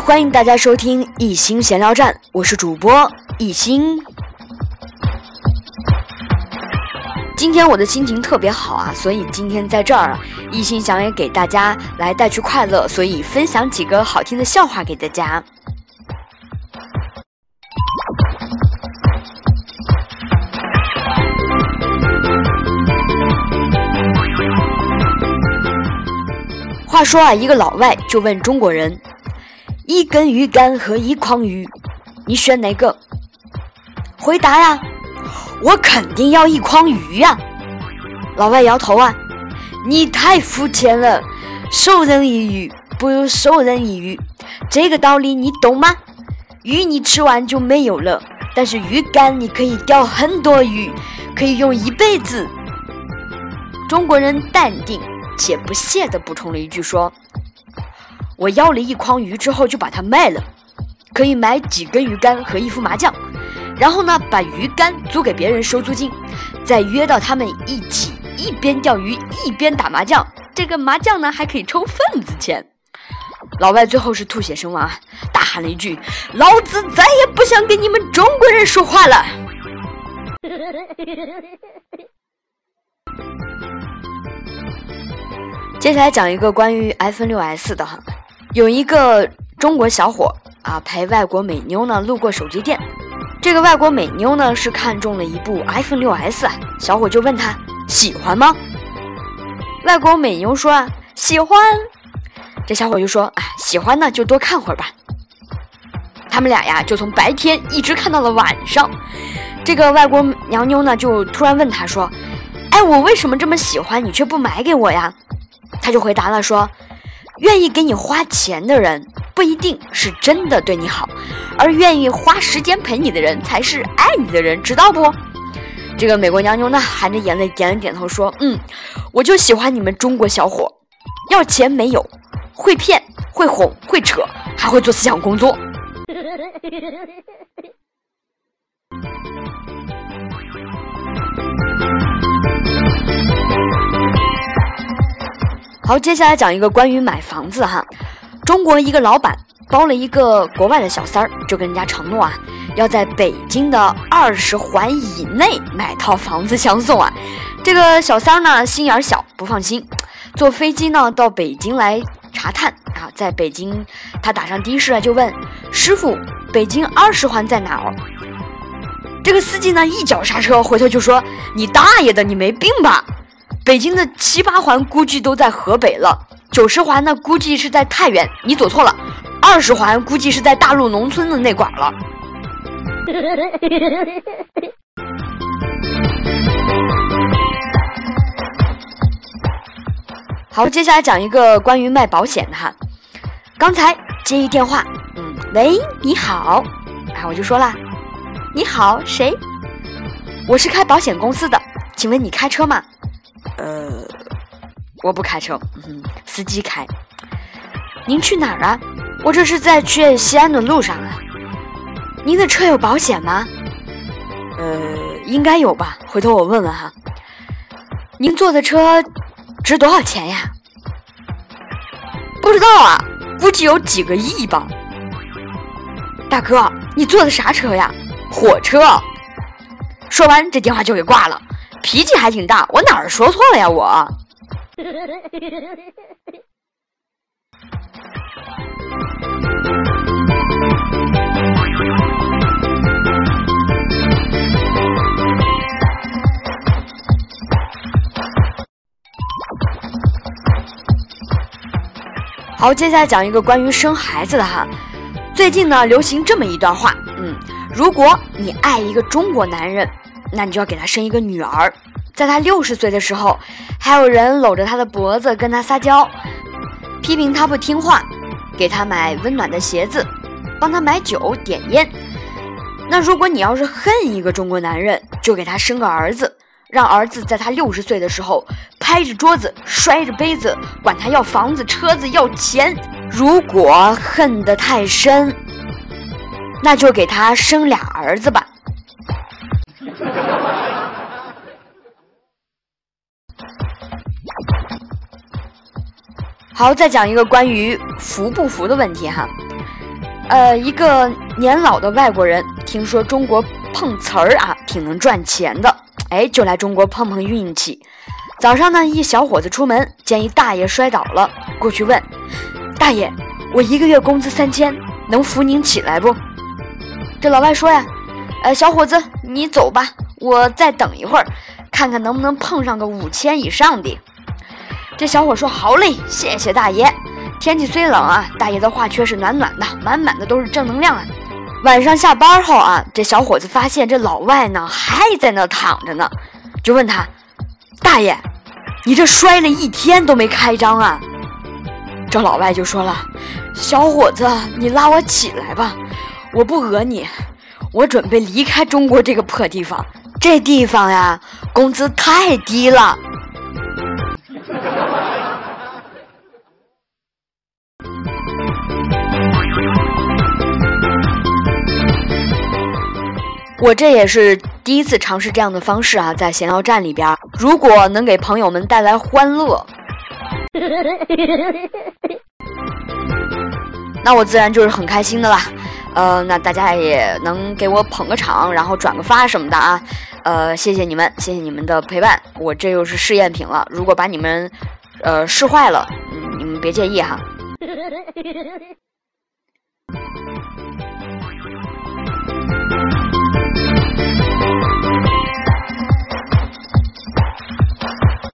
欢迎大家收听一心闲聊站，我是主播一心。今天我的心情特别好啊，所以今天在这儿一心想也给大家来带去快乐，所以分享几个好听的笑话给大家。话说啊，一个老外就问中国人，一根鱼竿和一筐鱼，你选哪个？回答呀，我肯定要一筐鱼呀。老外摇头啊，你太肤浅了，授人以鱼不如授人以渔，这个道理你懂吗？鱼你吃完就没有了，但是鱼竿你可以钓很多鱼，可以用一辈子。中国人淡定且不屑地补充了一句说，我要了一筐鱼之后就把它卖了，可以买几根鱼竿和一副麻将，然后呢把鱼竿租给别人收租金，再约到他们一起一边钓鱼一边打麻将，这个麻将呢还可以抽份子钱。老外最后是吐血身亡啊，大喊了一句，老子再也不想跟你们中国人说话了。接下来讲一个关于 iPhone 6S 的哈，有一个中国小伙啊陪外国美妞呢路过手机店，这个外国美妞呢是看中了一部 iPhone 6S 啊，小伙就问他喜欢吗？外国美妞说啊喜欢，这小伙就说喜欢呢就多看会儿吧。他们俩呀就从白天一直看到了晚上，这个外国娘妞呢就突然问他说，我为什么这么喜欢你却不买给我呀？他就回答了说，愿意给你花钱的人不一定是真的对你好，而愿意花时间陪你的人才是爱你的人，知道不？这个美国娘妞呢含着眼泪点了点头说，我就喜欢你们中国小伙，要钱没有，会骗会哄会扯，还会做思想工作。好，接下来讲一个关于买房子哈。中国一个老板包了一个国外的小三儿，就跟人家承诺啊，要在北京的20环以内买套房子相送啊。这个小三儿呢心眼小，不放心，坐飞机呢到北京来查探啊。在北京他打上的士啊，就问师傅，北京20环在哪儿？这个司机呢一脚刹车，回头就说，你大爷的，你没病吧？北京的7、8环估计都在河北了，90环呢估计是在太原，你走错了，20环估计是在大陆农村的那块了。好，接下来讲一个关于卖保险的哈。刚才接一电话，喂，你好，我就说啦，你好，谁？我是开保险公司的，请问你开车吗？我不开车，司机开。您去哪儿啊？我这是在去西安的路上啊。您的车有保险吗？应该有吧，回头我问问哈。您坐的车值多少钱呀？不知道啊，估计有几个亿吧。大哥，你坐的啥车呀？火车。说完这电话就给挂了，脾气还挺大，我哪儿说错了呀我？好，接下来讲一个关于生孩子的哈。最近呢流行这么一段话，如果你爱一个中国男人，那你就要给他生一个女儿。在他60岁的时候，还有人搂着他的脖子跟他撒娇，批评他不听话，给他买温暖的鞋子，帮他买酒点烟。那如果你要是恨一个中国男人，就给他生个儿子，让儿子在他60岁的时候拍着桌子摔着杯子管他要房子车子要钱。如果恨得太深，那就给他生俩儿子吧。好，再讲一个关于服不服的问题哈。 一个年老的外国人听说中国碰瓷儿啊挺能赚钱的，就来中国碰碰运气。早上呢，一小伙子出门，见一大爷摔倒了，过去问大爷：“我1个月工资3000，能扶您起来不？”这老外说呀：“小伙子，你走吧，我再等一会儿，看看能不能碰上个5000以上的。”这小伙说：“好嘞，谢谢大爷。”天气虽冷啊，大爷的话却是暖暖的，满满的都是正能量啊。晚上下班后啊，这小伙子发现这老外呢还在那躺着呢，就问他：“大爷，你这摔了1天都没开张啊？”这老外就说了：“小伙子，你拉我起来吧，我不讹你，我准备离开中国这个破地方，这地方呀，工资太低了。”我这也是第一次尝试这样的方式啊，在闲聊站里边，如果能给朋友们带来欢乐，那我自然就是很开心的啦。那大家也能给我捧个场，然后转个发什么的啊。谢谢你们，谢谢你们的陪伴。我这又是试验品了，如果把你们试坏了，你们别介意哈。